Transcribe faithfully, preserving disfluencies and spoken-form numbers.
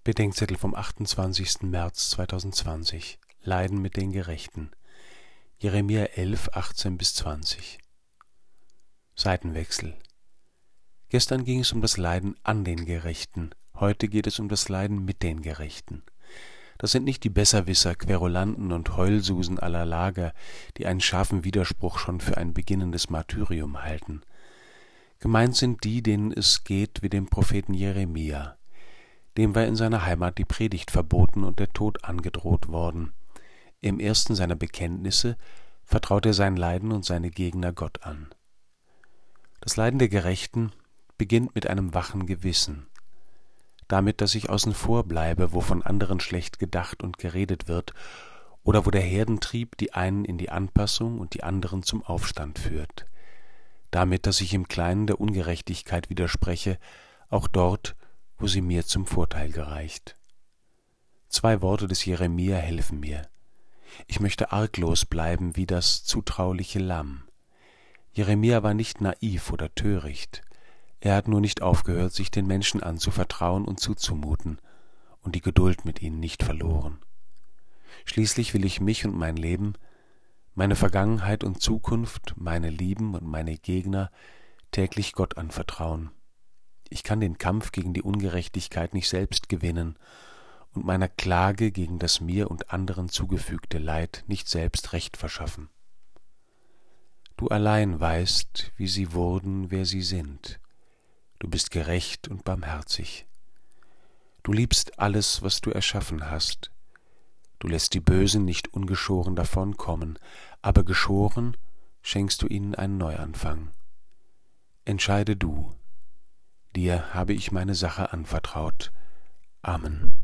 Bedenkzettel vom achtundzwanzigsten März zweitausendzwanzig. Leiden mit den Gerechten. Jeremia elf, achtzehn bis zwanzig. Seitenwechsel. Gestern ging es um das Leiden an den Gerechten, heute geht es um das Leiden mit den Gerechten. Das sind nicht die Besserwisser, Querulanten und Heulsusen aller Lager, die einen scharfen Widerspruch schon für ein beginnendes Martyrium halten. Gemeint sind die, denen es geht wie dem Propheten Jeremia. Dem war in seiner Heimat die Predigt verboten und der Tod angedroht worden. Im ersten seiner Bekenntnisse vertraut er sein Leiden und seine Gegner Gott an. Das Leiden der Gerechten beginnt mit einem wachen Gewissen, damit, dass ich außen vor bleibe, wo von anderen schlecht gedacht und geredet wird, oder wo der Herdentrieb die einen in die Anpassung und die anderen zum Aufstand führt, damit, dass ich im Kleinen der Ungerechtigkeit widerspreche, auch dort, wo sie mir zum Vorteil gereicht. Zwei Worte des Jeremia helfen mir. Ich möchte arglos bleiben wie das zutrauliche Lamm. Jeremia war nicht naiv oder töricht. Er hat nur nicht aufgehört, sich den Menschen anzuvertrauen und zuzumuten und die Geduld mit ihnen nicht verloren. Schließlich will ich mich und mein Leben, meine Vergangenheit und Zukunft, meine Lieben und meine Gegner täglich Gott anvertrauen. Ich kann den Kampf gegen die Ungerechtigkeit nicht selbst gewinnen und meiner Klage gegen das mir und anderen zugefügte Leid nicht selbst Recht verschaffen. Du allein weißt, wie sie wurden, wer sie sind. Du bist gerecht und barmherzig. Du liebst alles, was du erschaffen hast. Du lässt die Bösen nicht ungeschoren davonkommen, aber geschoren schenkst du ihnen einen Neuanfang. Entscheide du. Dir habe ich meine Sache anvertraut. Amen.